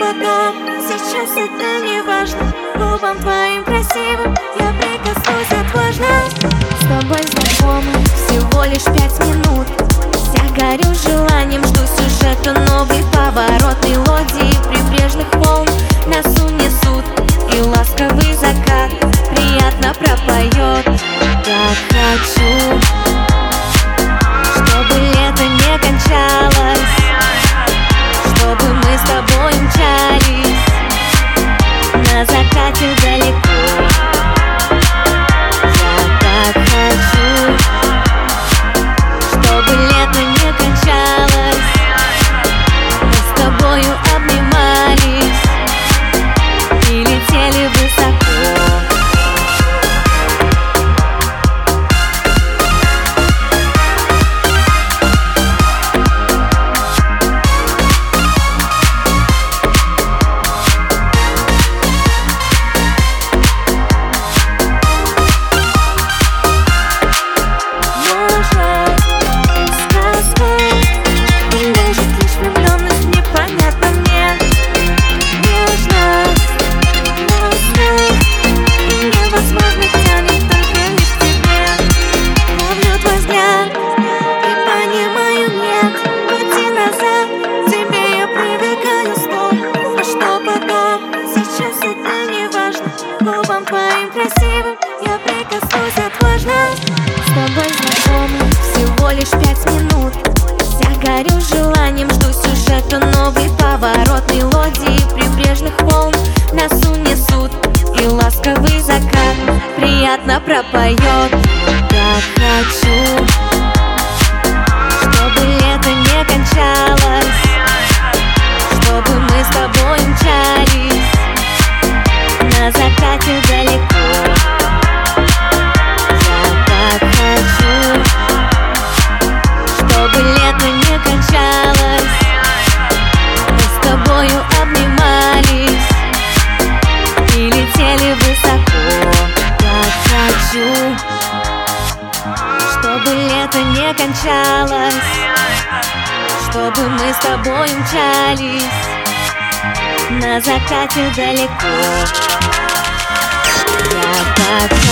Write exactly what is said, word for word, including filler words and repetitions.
потом, сейчас это не важно. Губам твоим красивым я прикоснусь отважно. С тобой знакомы всего лишь пять минут. Вся горю желанием, жду сюжета, новый поворот. Мелодии прибрежных волн нас унесут, и ласковый закат приятно пропоет. Так хочу, чтобы лето не кончалось, чтобы мы с тобой мчались на закате далеко. Я так хочу, чтобы лето не кончалось, мы с тобою обнимались и летели высоко. Губам твоим красивым я прикоснусь отважно. С тобой знакомы всего лишь пять минут. Вся горю желанием, жду сюжета, новый поворот. Мелодии прибрежных волн нас унесут, и ласковый закат приятно пропоет. Так хочу, чтобы лето не кончалось, чтобы мы с тобой мчались на закате далеко. Я так хочу, чтобы лето не кончалось, мы с тобою обнимались и летели высоко. Так хочу, чтобы лето не кончалось, чтобы мы с тобой мчались на закате далеко. Я так